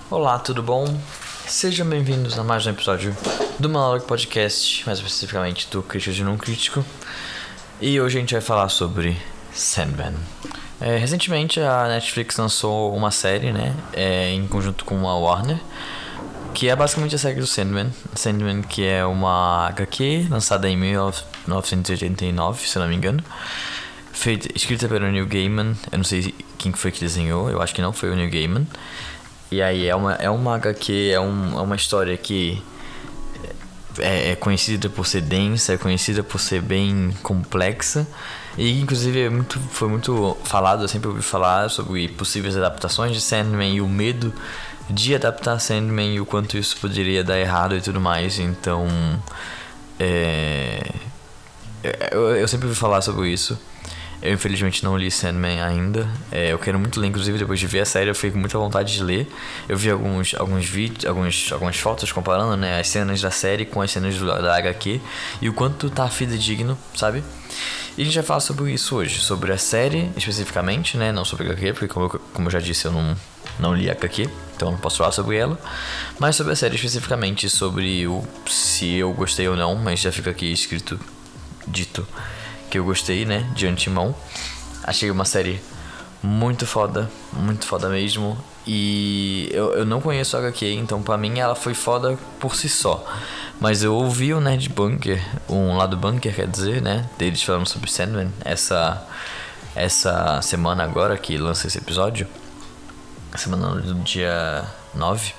Olá, tudo bom? Sejam bem-vindos a mais um episódio do Monólogo Podcast, mais especificamente do Crítico de Não Crítico. E hoje a gente vai falar sobre Sandman. Recentemente a Netflix lançou uma série, né, em conjunto com a Warner, que é basicamente a série do Sandman. Sandman, que é uma HQ lançada em 1989, se não me engano. Escrita pelo Neil Gaiman. Eu não sei quem foi que desenhou, eu acho que não foi o Neil Gaiman. E aí é uma HQ, é uma história que é conhecida por ser densa, é conhecida por ser bem complexa. E inclusive foi muito falado, eu sempre ouvi falar sobre possíveis adaptações de Sandman e o medo de adaptar Sandman e o quanto isso poderia dar errado e tudo mais. Então eu sempre ouvi falar sobre isso. Eu infelizmente não li Sandman ainda. Eu quero muito ler, inclusive depois de ver a série eu fiquei com muita vontade de ler. Eu vi alguns vídeos, algumas fotos comparando, né, as cenas da série com as cenas da HQ e o quanto tá fidedigno, sabe? E a gente vai falar sobre isso hoje, sobre a série especificamente, né, não sobre a HQ, porque como eu já disse eu não li a HQ, então não posso falar sobre ela, mas sobre a série especificamente, sobre se eu gostei ou não, mas já fica aqui dito que eu gostei, né, de antemão. Achei uma série muito foda mesmo. E eu não conheço a HQ, então pra mim ela foi foda por si só. Mas eu ouvi o Nerd Bunker, um lado bunker, quer dizer, né, deles falando sobre Sandman essa semana agora que lança esse episódio, semana do dia 9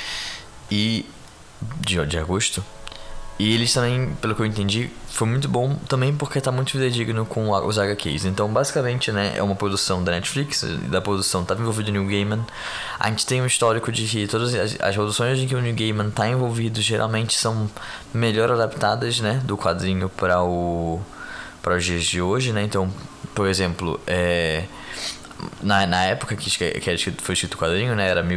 de agosto. E eles também, pelo que eu entendi, foi muito bom também porque tá muito fidedigno com os HQs. Então, basicamente, né, é uma produção da Netflix, da produção estava envolvido o Neil Gaiman. A gente tem um histórico de que todas as produções em que o Neil Gaiman tá envolvido geralmente são melhor adaptadas, né, do quadrinho para os dias de hoje, né. Então, por exemplo, na época que foi escrito o quadrinho, né, era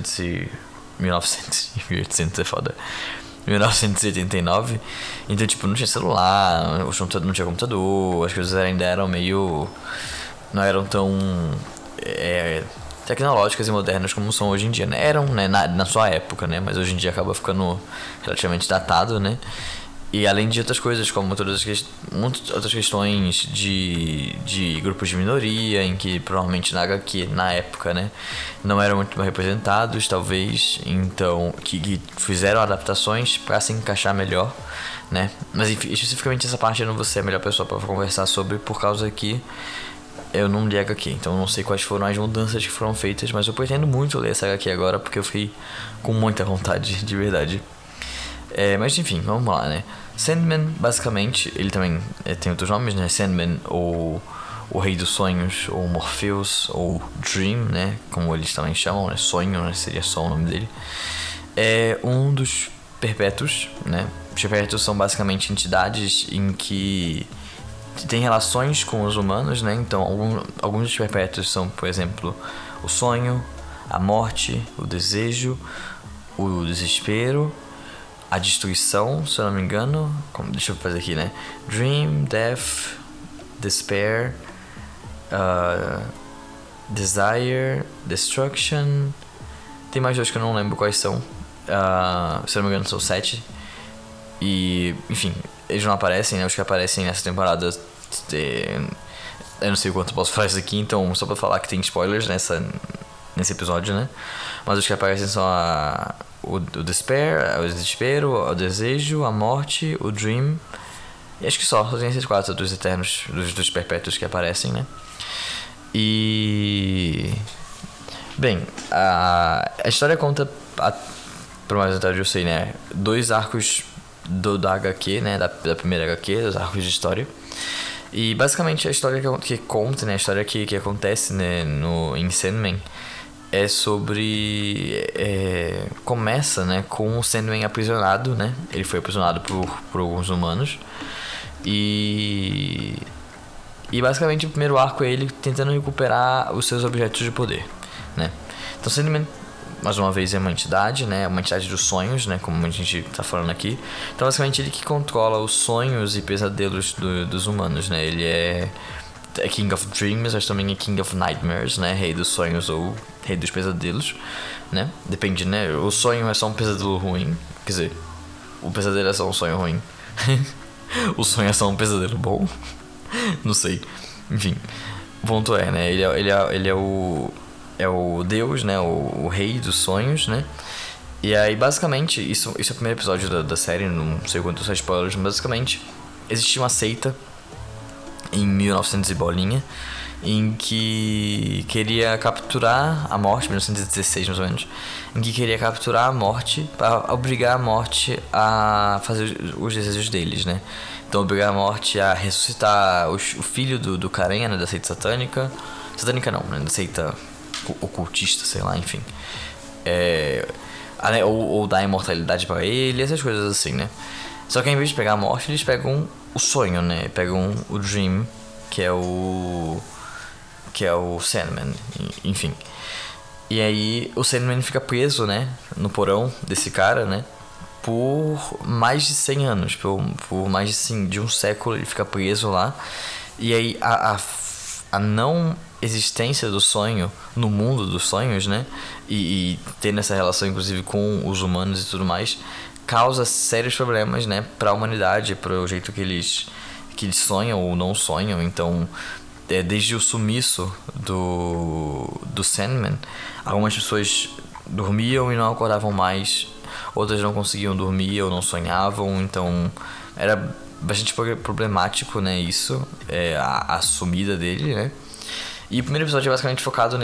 1800 é foda. 1989. Então, tipo, não tinha celular, não tinha computador, as coisas ainda eram meio... não eram tão tecnológicas e modernas como são hoje em dia, né? Eram, né, na sua época, né? Mas hoje em dia acaba ficando relativamente datado, né? E além de outras coisas, como muitas outras questões de grupos de minoria, em que provavelmente na HQ, na época, né, não eram muito bem representados, talvez, então, que fizeram adaptações para se encaixar melhor, né. Mas enfim, especificamente essa parte eu não vou ser a melhor pessoa para conversar sobre, por causa que eu não li HQ, então eu não sei quais foram as mudanças que foram feitas, mas eu pretendo muito ler essa HQ agora, porque eu fiquei com muita vontade, de verdade. Mas enfim, vamos lá, né. Sandman, basicamente, ele também tem outros nomes, né? Sandman, ou o Rei dos Sonhos, ou Morpheus, ou Dream, né? Como eles também chamam, né? Sonho, né? Seria só o nome dele. É um dos perpétuos, né? Os perpétuos são basicamente entidades em que tem relações com os humanos, né? Então, alguns dos perpétuos são, por exemplo, o sonho, a morte, o desejo, o desespero, a destruição, se eu não me engano. Deixa eu fazer aqui, né? Dream, Death, Despair, Desire, Destruction. Tem mais dois que eu não lembro quais são. Se eu não me engano são 7. E, enfim, eles não aparecem, né? Os que aparecem nessa temporada, eu não sei o quanto eu posso falar isso aqui, então só pra falar que tem spoilers nesse episódio, né? Mas os que aparecem são o Despair, o Desespero, o Desejo, a Morte, o Dream. E acho que só tem esses 4 dos Eternos, dos Perpétuos que aparecem, né? E... bem, a história conta, por mais vontade eu sei, né, 2 arcos da HQ, né, da primeira HQ, dos arcos de história. E basicamente a história que conta, né, a história que acontece, né, em Sandman, é sobre... começa, né, com o Sandman aprisionado, né? Ele foi aprisionado por alguns humanos. E basicamente o primeiro arco é ele tentando recuperar os seus objetos de poder, né? Então Sandman, mais uma vez, é uma entidade, né? Uma entidade dos sonhos, né? Como a gente tá falando aqui. Então basicamente ele que controla os sonhos e pesadelos dos humanos, né? Ele é é King of Dreams, mas também é King of Nightmares, né? Rei dos sonhos ou rei dos pesadelos, né? Depende, né? O sonho é só um pesadelo ruim. Quer dizer, o pesadelo é só um sonho ruim. O sonho é só um pesadelo bom. Não sei. Enfim, o ponto é, né? Ele é o deus, né? O rei dos sonhos, né? E aí, basicamente, isso é o primeiro episódio da série, não sei quantos são spoilers, mas basicamente, existia uma seita em 1900 e bolinha, em que queria capturar a morte, 1916 mais ou menos, em que queria capturar a morte para obrigar a morte a fazer os desejos deles, né? Então obrigar a morte a ressuscitar o filho do carinha, né, da seita satânica. Satânica não, né, da seita ocultista, sei lá, enfim. Ou dar imortalidade para ele, essas coisas assim, né? Só que ao invés de pegar a morte, eles pegam o sonho, né? Pegam o Dream, que é o Sandman, enfim. E aí o Sandman fica preso, né, no porão desse cara, né, por mais de 100 anos, por mais de um século ele fica preso lá. E aí a não existência do sonho no mundo dos sonhos, né, e tendo essa relação inclusive com os humanos e tudo mais, causa sérios problemas, né, para a humanidade, para o jeito que eles sonham ou não sonham. Então, desde o sumiço do Sandman, algumas pessoas dormiam e não acordavam mais, outras não conseguiam dormir ou não sonhavam. Então era bastante problemático, né, isso, a sumida dele, né. E o primeiro episódio é basicamente focado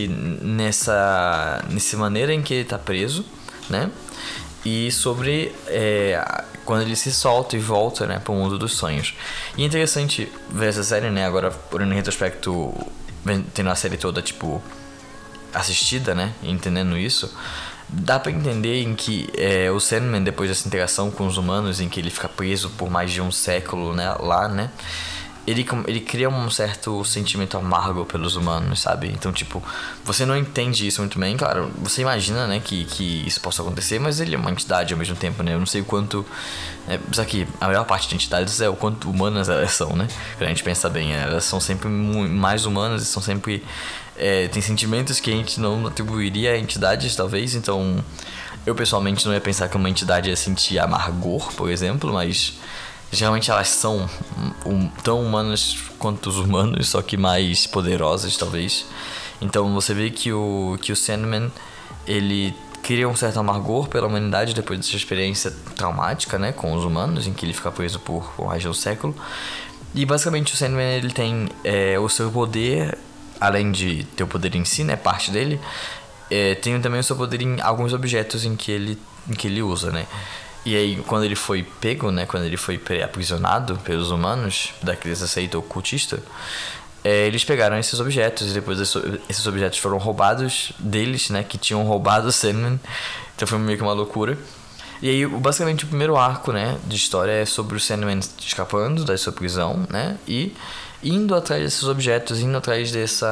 nessa maneira em que ele tá preso, né, e sobre quando ele se solta e volta, né, pro mundo dos sonhos. E é interessante ver essa série, né, agora olhando em retrospecto, tendo a série toda, tipo, assistida, né, e entendendo isso, dá pra entender em que o Sandman, depois dessa interação com os humanos, em que ele fica preso por mais de um século, né, lá, né, ele cria um certo sentimento amargo pelos humanos, sabe? Então, tipo, você não entende isso muito bem. Claro, você imagina, né, que isso possa acontecer, mas ele é uma entidade ao mesmo tempo, né? Eu não sei o quanto... Só que a maior parte de entidades é o quanto humanas elas são, né? Pra gente pensar bem, elas são sempre mais humanas e são sempre... tem sentimentos que a gente não atribuiria a entidades, talvez. Então, eu pessoalmente não ia pensar que uma entidade ia sentir amargor, por exemplo, mas... geralmente elas são tão humanas quanto os humanos, só que mais poderosas, talvez. Então você vê que o Sandman, ele cria um certo amargor pela humanidade depois dessa experiência traumática, né, com os humanos, em que ele fica preso por mais de um século. E basicamente o Sandman, ele tem o seu poder, além de ter o poder em si, né, parte dele, tem também o seu poder em alguns objetos em que ele usa, né. E aí, quando ele foi pego, né, quando ele foi aprisionado pelos humanos, daqueles seita ocultista, eles pegaram esses objetos e depois esses objetos foram roubados deles, né, que tinham roubado o Sandman. Então foi meio que uma loucura. E aí, basicamente, o primeiro arco, né, de história é sobre o Sandman escapando da sua prisão, né, e indo atrás desses objetos, indo atrás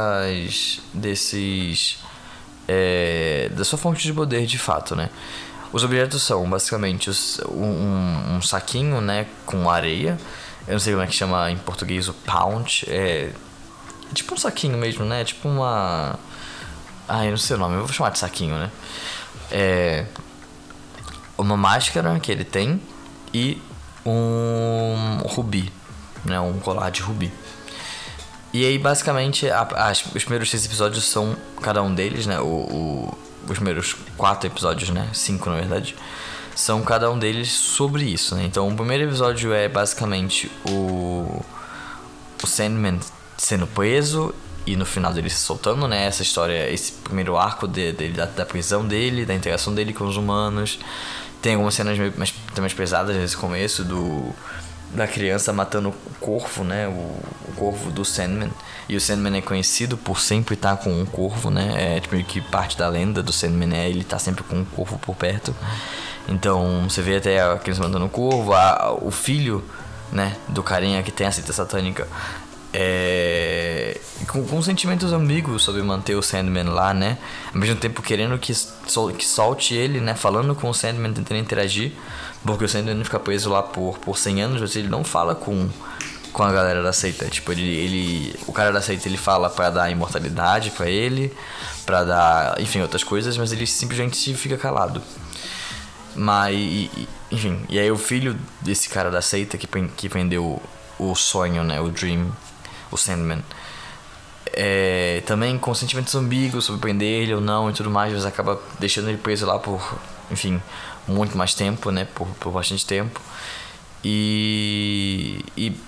da sua fonte de poder, de fato, né. Os objetos são basicamente um saquinho, né, com areia. Eu não sei como é que chama em português o pound. É tipo um saquinho mesmo, né? Tipo uma... eu não sei o nome, eu vou chamar de saquinho, né? Uma máscara que ele tem e um rubi, né? Um colar de rubi. E aí, basicamente, os primeiros 6 episódios são cada um deles, né? Os primeiros 4 episódios, né? 5 na verdade, são cada um deles sobre isso, né? Então o primeiro episódio é basicamente o Sandman sendo preso e no final dele se soltando, né? Essa história, esse primeiro arco dele, da prisão dele, da interação dele com os humanos. Tem algumas cenas mais pesadas nesse começo da criança matando o corvo, né? O corvo do Sandman. E o Sandman é conhecido por sempre estar com um corvo, né? É tipo meio que parte da lenda do Sandman, ele tá sempre com um corvo por perto. Então você vê até a criança matando o corvo, o filho, né, do carinha que tem a seita satânica, com sentimentos ambíguos sobre manter o Sandman lá, né? Ao mesmo tempo querendo que solte ele, né? Falando com o Sandman, tentando interagir, porque o Sandman fica preso lá por 100 anos, mas ele não fala com com a galera da seita. Tipo, o cara da seita, ele fala pra dar imortalidade pra ele, pra dar, enfim, outras coisas, mas ele simplesmente fica calado. Mas, enfim, e aí o filho desse cara da seita que prendeu o sonho, né, o Dream, o Sandman, também com sentimentos ambíguos sobre prender ele ou não e tudo mais, mas acaba deixando ele preso lá por, enfim, muito mais tempo, né, por bastante tempo. E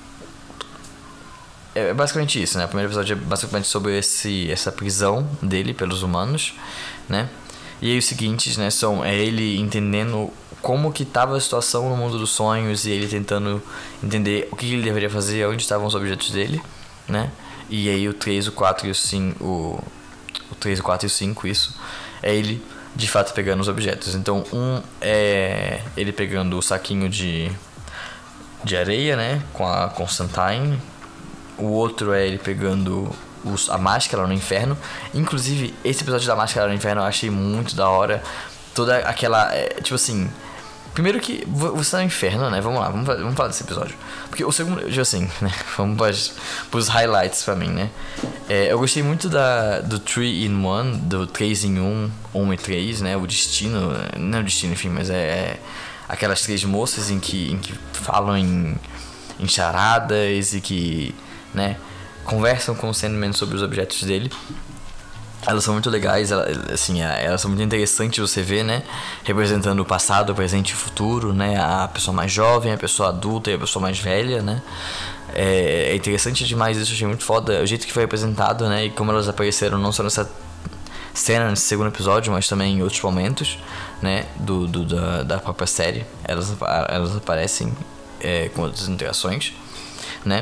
é basicamente isso, né? O primeiro episódio é basicamente sobre essa prisão dele pelos humanos, né? E aí os seguintes, né, é ele entendendo como que estava a situação no mundo dos sonhos e ele tentando entender o que ele deveria fazer, onde estavam os objetos dele, né? E aí o 3, o 4 e o 5, o 3, o 4 e o 5, isso, é ele de fato pegando os objetos. Então é ele pegando o saquinho de areia, né, com a Constantine. O outro é ele pegando a máscara no inferno. Inclusive, esse episódio da máscara no inferno eu achei muito da hora. Toda aquela, tipo assim, primeiro que você tá no inferno, né? Vamos lá, vamos falar desse episódio. Porque o segundo, tipo assim, né? Vamos pros highlights pra mim, né? Eu gostei muito do 3 in 1, do 3 em 1, 1 e 3, né? O destino, não é o destino, enfim, mas aquelas 3 moças em que falam em charadas e que, né, conversam com o Sandman sobre os objetos dele. Elas são muito legais, elas são muito interessantes você ver, né? Representando o passado, o presente e o futuro, né? A pessoa mais jovem, a pessoa adulta e a pessoa mais velha, né? É interessante demais isso, achei muito foda o jeito que foi representado, né? E como elas apareceram não só nessa cena, nesse segundo episódio, mas também em outros momentos, né? Da própria série. Elas aparecem com outras interações, né?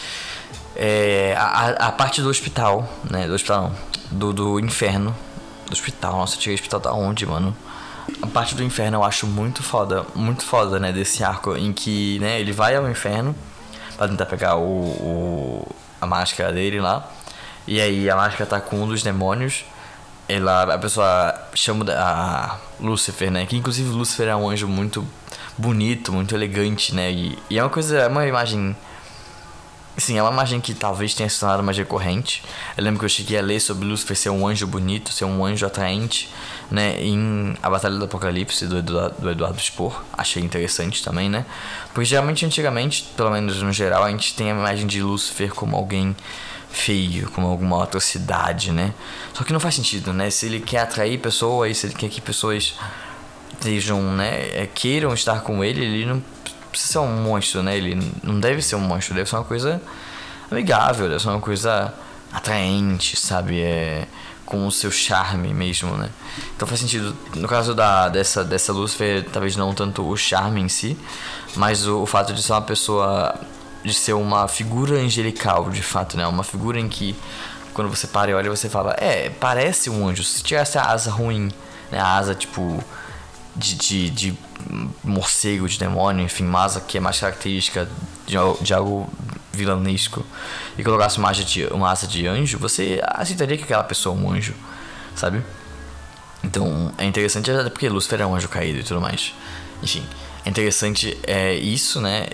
A parte do hospital, né? Do hospital não, do inferno. Do hospital, nossa, eu tirei o hospital da onde, mano? A parte do inferno eu acho muito foda, né? Desse arco em que, né, ele vai ao inferno pra tentar pegar a máscara dele lá. E aí a máscara tá com um dos demônios. A pessoa chama a Lúcifer, né? Que inclusive Lúcifer é um anjo muito bonito, muito elegante, né? E é uma imagem. Sim, é uma imagem que talvez tenha se tornado mais recorrente. Eu lembro que eu cheguei a ler sobre Lúcifer ser um anjo bonito, ser um anjo atraente, né? Em A Batalha do Apocalipse, do Eduardo Spor. Achei interessante também, né? Porque geralmente, antigamente, pelo menos no geral, a gente tem a imagem de Lúcifer como alguém feio, como alguma atrocidade, né? Só que não faz sentido, né? Se ele quer atrair pessoas, se ele quer que pessoas estejam, né, queiram estar com ele não precisa ser um monstro, né? Ele não deve ser um monstro, deve ser uma coisa amigável, deve ser uma coisa atraente, sabe? Com o seu charme mesmo, né? Então faz sentido. No caso dessa Lúcifer, talvez não tanto o charme em si, mas o fato de ser uma pessoa, de ser uma figura angelical, de fato, né? Uma figura em que, quando você para e olha, você fala, parece um anjo. Se tivesse a asa ruim, né? A asa, tipo, de morcego, de demônio, enfim, uma asa que é mais característica de algo vilanesco, e colocasse uma asa de anjo, você aceitaria que aquela pessoa é um anjo, sabe? Então, é interessante, até porque Lúcifer é um anjo caído e tudo mais. Enfim, é interessante isso, né?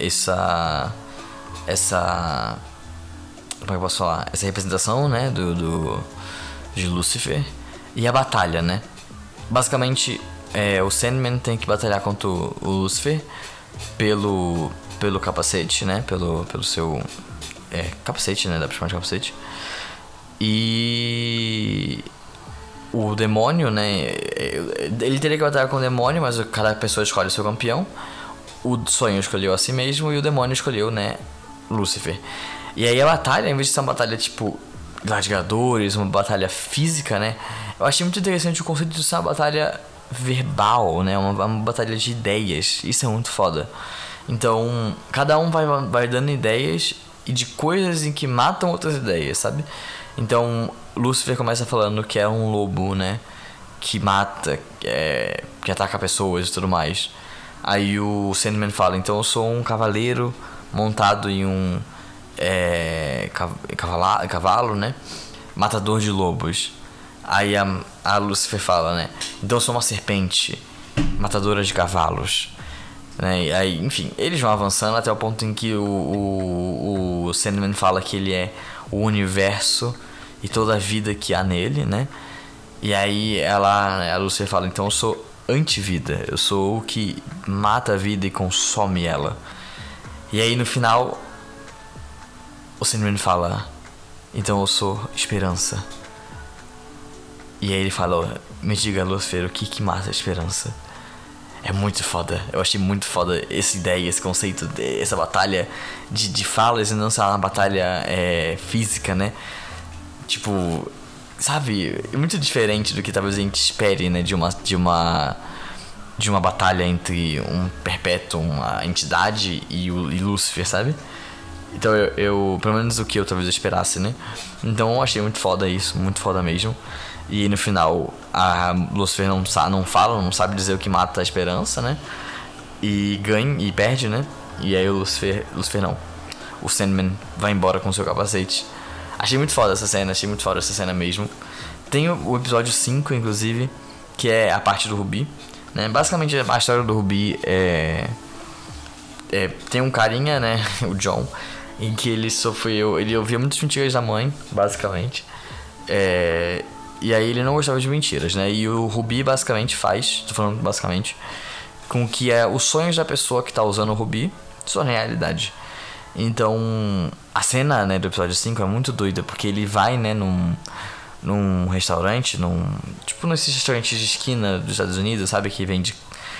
Como é que eu posso falar? Essa representação, né? De Lúcifer. E a batalha, né? Basicamente, o Sandman tem que batalhar contra o Lúcifer pelo capacete, né? Pelo seu capacete, né? Dá pra chamar de capacete. E o demônio, né? Ele teria que batalhar com o demônio, mas cada pessoa escolhe o seu campeão. O sonho escolheu a si mesmo e o demônio escolheu, né, Lúcifer. E aí a batalha, em vez de ser uma batalha tipo gladiadores, uma batalha física, né? Eu achei muito interessante o conceito de ser uma batalha verbal, né? Uma batalha de ideias. Isso é muito foda. Então, cada um vai dando ideias e de coisas em que matam outras ideias, sabe? Então, Lúcifer começa falando que é um lobo, né? Que mata, que ataca pessoas e tudo mais. Aí o Sandman fala, então eu sou um cavaleiro montado em um cavalo, né? Matador de lobos. Aí a Lúcifer fala, né? Então eu sou uma serpente matadora de cavalos. né? E aí, enfim, eles vão avançando até o ponto em que o Sandman fala que ele é o universo e toda a vida que há nele, né? E aí a Lucifer fala, então eu sou antivida, eu sou o que mata a vida e consome ela. E aí no final o Sandman fala, então eu sou esperança. E aí ele fala, me diga, Lucifer, o que mata a esperança? É muito foda, eu achei muito foda essa ideia, esse conceito, essa batalha de falas e não ser uma batalha física, né? Tipo, sabe, é muito diferente do que talvez a gente espere, né? De uma batalha entre um perpétuo, uma entidade e Lúcifer, sabe? Então eu pelo menos o que eu talvez esperasse, né? Então eu achei muito foda isso, muito foda mesmo. E no final a Lúcifer não fala, não sabe dizer o que mata a esperança, né? E ganha e perde, né? E aí o Lúcifer não. O Sandman vai embora com seu capacete. Achei muito foda essa cena mesmo. Tem o episódio 5, inclusive, que é a parte do Rubi, né? Basicamente a história do Rubi tem um carinha, né? O John, em que ele ouvia muitas mentiras da mãe, basicamente. E aí ele não gostava de mentiras, né? E o Rubi basicamente tô falando basicamente, com que os sonhos da pessoa que tá usando o Rubi são realidade. Então, a cena, né, do episódio 5 é muito doida, porque ele vai, né, num restaurante, tipo nesses restaurantes de esquina dos Estados Unidos, sabe? Que vende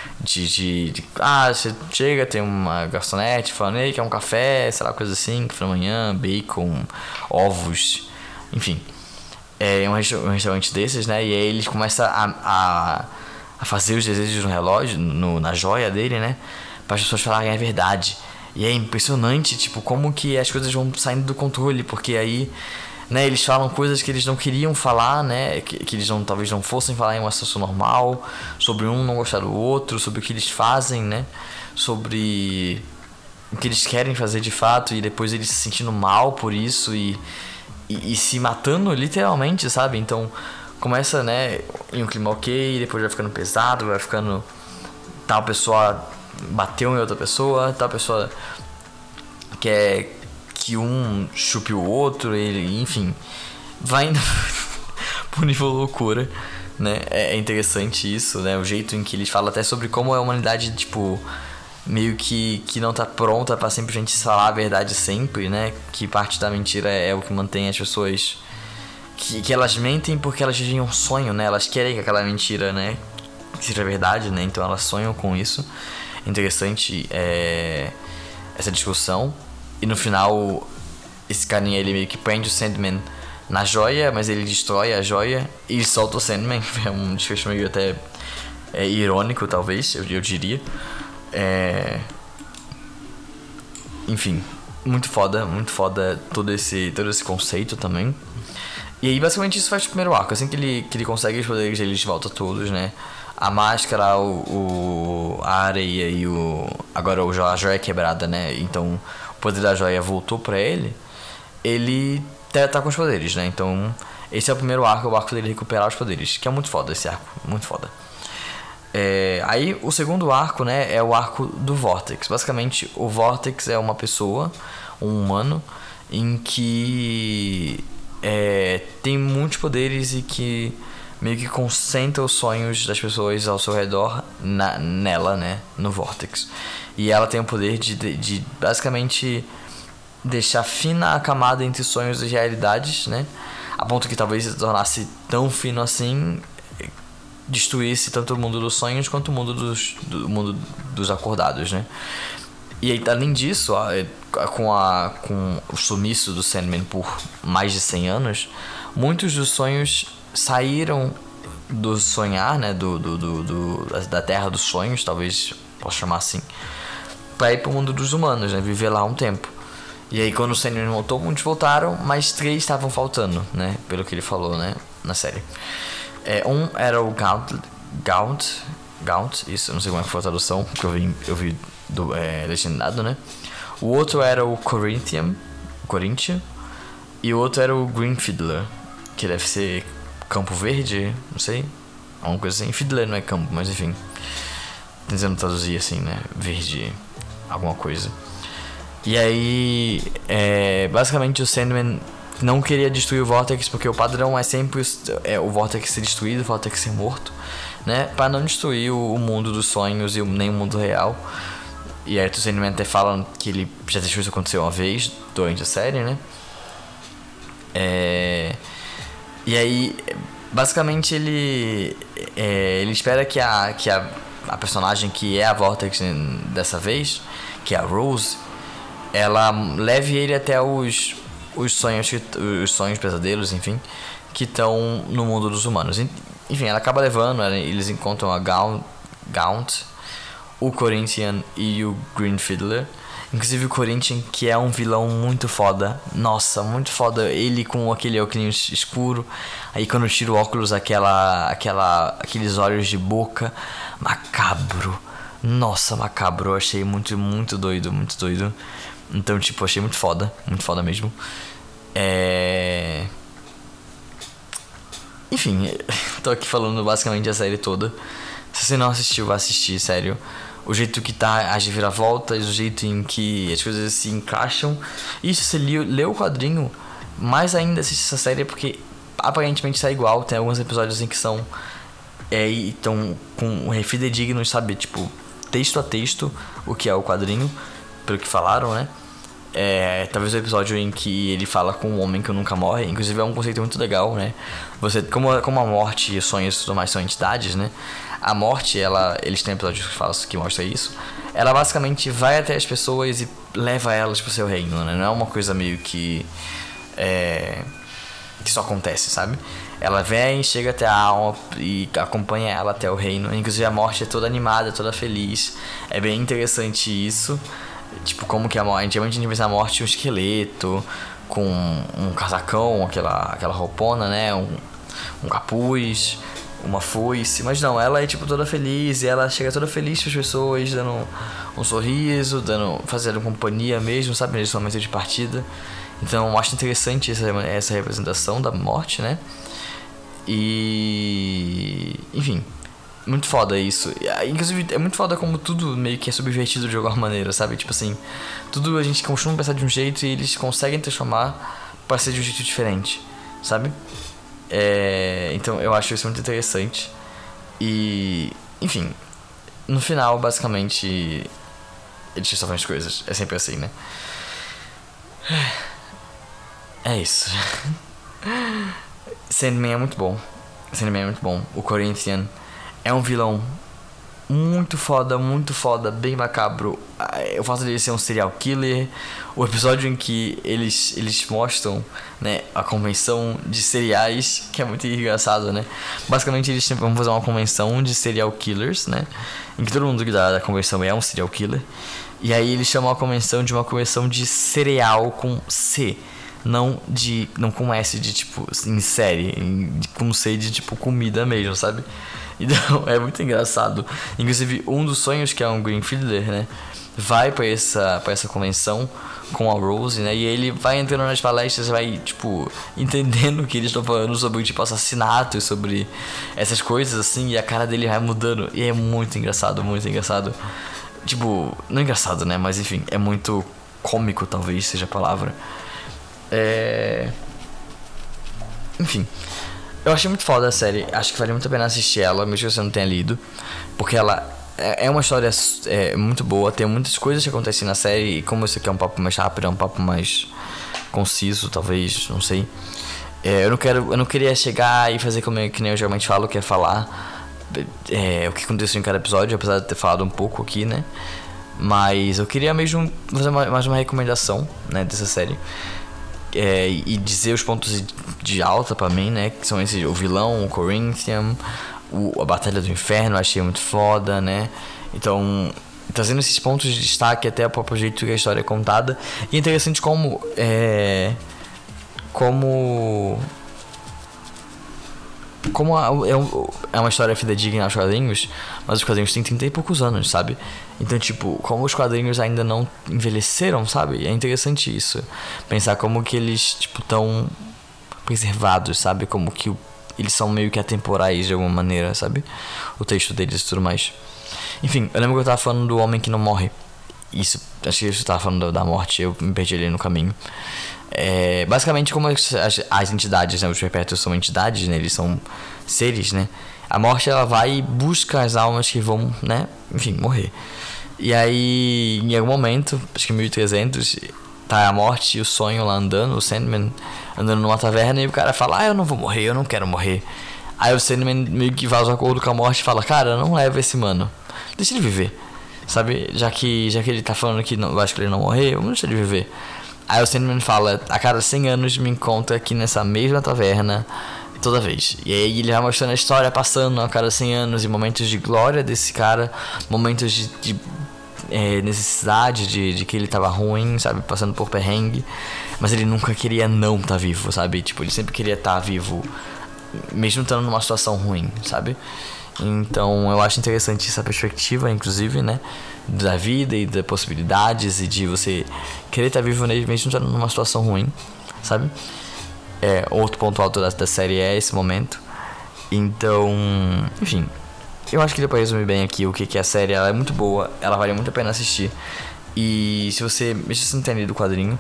você chega, tem uma garçonete falando, ei, quer um café, sei lá, coisa assim, café da manhã, bacon, ovos, enfim. É um restaurante desses, né? E aí ele começa a fazer os desejos no relógio, na joia dele, né? Para as pessoas falarem a verdade. E é impressionante, tipo, como que as coisas vão saindo do controle, porque aí, né, eles falam coisas que eles não queriam falar, né, que eles talvez não fossem falar em uma situação normal, sobre um não gostar do outro, sobre o que eles fazem, né, sobre o que eles querem fazer de fato, e depois eles se sentindo mal por isso e se matando literalmente, sabe? Então começa, né, em um clima ok, depois vai ficando pesado, vai ficando tal pessoa bateu em outra pessoa, tal pessoa quer que um chupe o outro, enfim, vai indo por nível loucura, né? É interessante isso, né? O jeito em que eles falam até sobre como a humanidade, tipo, meio que não tá pronta pra simplesmente falar a verdade sempre, né? Que parte da mentira é o que mantém as pessoas que elas mentem porque elas vivem um sonho, né? Elas querem que aquela mentira, né, que seja verdade, né? Então elas sonham com isso. Interessante essa discussão. E no final esse carinha, ele meio que prende o Sandman na joia, mas ele destrói a joia e solta o Sandman. É um desfecho meio até irônico, talvez, eu diria. Enfim, muito foda todo esse conceito também. E aí basicamente isso faz o primeiro arco. Assim que ele consegue os poderes dele de volta todos, né? A máscara, a areia e agora a joia quebrada, né? Então o poder da joia voltou pra ele. Ele tá com os poderes, né? Então esse é o primeiro arco, o arco dele recuperar os poderes, que é muito foda esse arco, muito foda. Aí o segundo arco, né, é o arco do Vortex. Basicamente o Vortex é uma pessoa, um humano, em que tem muitos poderes e que meio que concentra os sonhos das pessoas ao seu redor nela, né, no Vortex. E ela tem o poder de basicamente deixar fina a camada entre sonhos e realidades, né, a ponto que talvez se tornasse tão fino assim, destruísse tanto o mundo dos sonhos quanto o mundo dos acordados, né. E aí, além disso, com o sumiço do Sandman por mais de 100 anos, muitos dos sonhos saíram do sonhar, né, da Terra dos Sonhos, talvez possa chamar assim, para ir para o mundo dos humanos, né, viver lá um tempo. E aí, quando o Sandman voltou, muitos voltaram, mas 3 estavam faltando, né, pelo que ele falou, né, na série. Um era o Gaunt, isso, eu não sei como é que foi a tradução, porque eu vi legendado, né. O outro era o Corinthian, e o outro era o Green Fiddler, que deve ser Campo Verde, não sei, alguma coisa assim. Fiddler não é campo, mas enfim. tentando traduzir assim, né? Verde alguma coisa. E aí, basicamente o Sandman não queria destruir o Vortex, porque o padrão é sempre o Vortex ser destruído, o Vortex ser morto, né? Pra não destruir o mundo dos sonhos e nem o mundo real. E aí o Sandman até fala que ele já deixou isso acontecer uma vez durante a série, né? E aí, basicamente ele espera que a personagem que é a Vortex dessa vez, que é a Rose, ela leve ele até os sonhos, pesadelos, enfim, que estão no mundo dos humanos. Enfim, ela acaba levando, eles encontram a Gaunt, o Corinthian e o Green Fiddler. Inclusive o Corinthian, que é um vilão muito foda. Nossa, muito foda. Ele com aquele óculos escuro. Aí quando tira o óculos, aqueles olhos de boca. Macabro. Nossa, macabro. Eu achei muito, muito doido, muito doido. Então, tipo, achei muito foda mesmo. Enfim, tô aqui falando basicamente a série toda. Se você não assistiu, vai assistir, sério. O jeito que tá as reviravoltas, o jeito em que as coisas se encaixam. E se você leu o quadrinho, mais ainda assiste essa série, porque aparentemente tá igual. Tem alguns episódios em que são estão com fidedignos, sabe? Tipo, texto a texto, o que é o quadrinho, pelo que falaram, né? Talvez o episódio em que ele fala com um homem que nunca morre. Inclusive é um conceito muito legal, né? Como a morte e sonhos e tudo mais são entidades, né? A morte, eles têm episódios que mostra isso. Ela basicamente vai até as pessoas e leva elas pro seu reino, né? Não é uma coisa meio que só acontece, sabe? Ela vem, chega até a alma e acompanha ela até o reino. Inclusive a morte é toda animada, toda feliz. É bem interessante isso. Tipo, como que a morte... Antigamente a gente pensa a morte um esqueleto com um casacão, aquela roupona, né? Um capuz, uma foice. Mas não, ela é tipo toda feliz. E ela chega toda feliz para as pessoas, dando um sorriso, fazendo companhia mesmo, sabe? Nesse momento de partida. Então eu acho interessante essa representação da morte, né? E... enfim, muito foda isso. Inclusive é muito foda como tudo meio que é subvertido de alguma maneira, sabe? Tipo assim, tudo a gente costuma pensar de um jeito e eles conseguem transformar para ser de um jeito diferente, sabe? Então eu acho isso muito interessante. E... enfim, no final basicamente eles resolvem as coisas. É sempre assim, né? É isso. Sandman é muito bom. O Corinthian é um vilão muito foda, bem macabro. O fato dele ser um serial killer. O episódio em que eles mostram, né, a convenção de cereais, que é muito engraçado, né? Basicamente eles vão fazer uma convenção de serial killers, né? Em que todo mundo da convenção é um serial killer. E aí eles chamam a convenção de uma convenção de cereal com C. Não com S de tipo em série, com C de tipo comida mesmo, sabe? Então é muito engraçado. Inclusive um dos sonhos, que é um Green Fiddler, né, vai pra essa convenção com a Rose, né? E ele vai entrando nas palestras, vai tipo entendendo que eles estão falando sobre tipo assassinato e sobre essas coisas assim, e a cara dele vai mudando. E é muito engraçado. Tipo, não engraçado, né? Mas enfim, é muito cômico, talvez seja a palavra. Enfim, eu achei muito foda a série. Acho que vale muito a pena assistir ela, mesmo que você não tenha lido, porque ela é uma história muito boa. Tem muitas coisas que acontecem na série. E como esse aqui é um papo mais rápido, é um papo mais conciso, talvez, não sei. Eu não queria chegar e fazer que nem eu geralmente falo, que é falar o que aconteceu em cada episódio, apesar de ter falado um pouco aqui, né? Mas eu queria mesmo fazer mais uma recomendação, né, dessa série. E dizer os pontos de alta pra mim, né? Que são esses: o vilão, o Corinthian, a Batalha do Inferno, eu achei muito foda, né? Então, trazendo esses pontos de destaque até o próprio jeito que a história é contada. E é interessante como é uma história fidedigna aos quadrinhos, mas os quadrinhos têm 30 e poucos anos, sabe? Então, tipo, como os quadrinhos ainda não envelheceram, sabe? É interessante isso. Pensar como que eles, tipo, tão preservados, sabe? Como que eles são meio que atemporais de alguma maneira, sabe? O texto deles e tudo mais. Enfim, eu lembro que eu tava falando do Homem que Não Morre. Isso, acho que eu tava falando da morte, eu me perdi ali no caminho. Basicamente, como as entidades, né, os perpétuos são entidades, né, eles são seres, né, a morte ela vai e busca as almas que vão, né, enfim, morrer. E aí, em algum momento, acho que 1300, tá a morte e o sonho lá andando, o Sandman andando numa taverna, e o cara fala, eu não vou morrer, eu não quero morrer. Aí o Sandman meio que faz um acordo com a morte e fala, cara, não leva esse mano, deixa ele viver, sabe, já que ele tá falando que não, eu acho que ele não morrer, vamos deixar ele viver. Aí o Sandman fala, a cada 100 anos me encontra aqui nessa mesma taverna, toda vez. E aí ele vai mostrando a história passando a cada 100 anos, e momentos de glória desse cara, momentos de necessidade de que ele tava ruim, sabe, passando por perrengue, mas ele nunca queria não tá vivo, sabe, tipo, ele sempre queria estar vivo, mesmo estando numa situação ruim, sabe. Então eu acho interessante essa perspectiva, inclusive, né, da vida e das possibilidades, e de você querer estar vivo mesmo estando numa situação ruim, sabe. Outro ponto alto da série é esse momento. Então, enfim, eu acho que deu pra resumir bem aqui o que é a série. Ela é muito boa, ela vale muito a pena assistir. E se você, mesmo se não tem lido o quadrinho,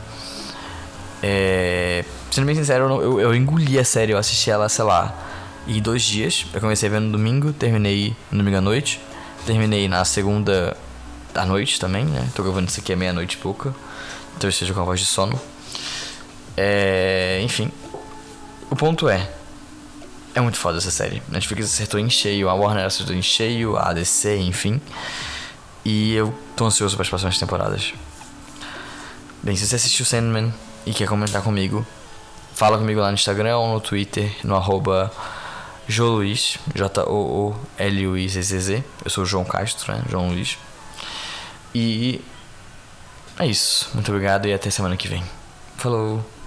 sendo bem sincero, eu engoli a série. Eu assisti ela, sei lá, em 2 dias. Eu comecei vendo no domingo, terminei no domingo à noite, terminei na segunda à noite também, né. Tô gravando isso aqui à meia-noite e pouca, então eu esteja com a voz de sono. Enfim, o ponto é muito foda essa série. Netflix acertou em cheio, a Warner acertou em cheio, a DC, enfim. E eu tô ansioso para as próximas temporadas. Bem, se você assistiu Sandman e quer comentar comigo, fala comigo lá no Instagram ou no Twitter, no @JoLuiz, JOOLUIZZZ. Eu sou o João Castro, né? João Luiz. E é isso. Muito obrigado e até semana que vem. Falou!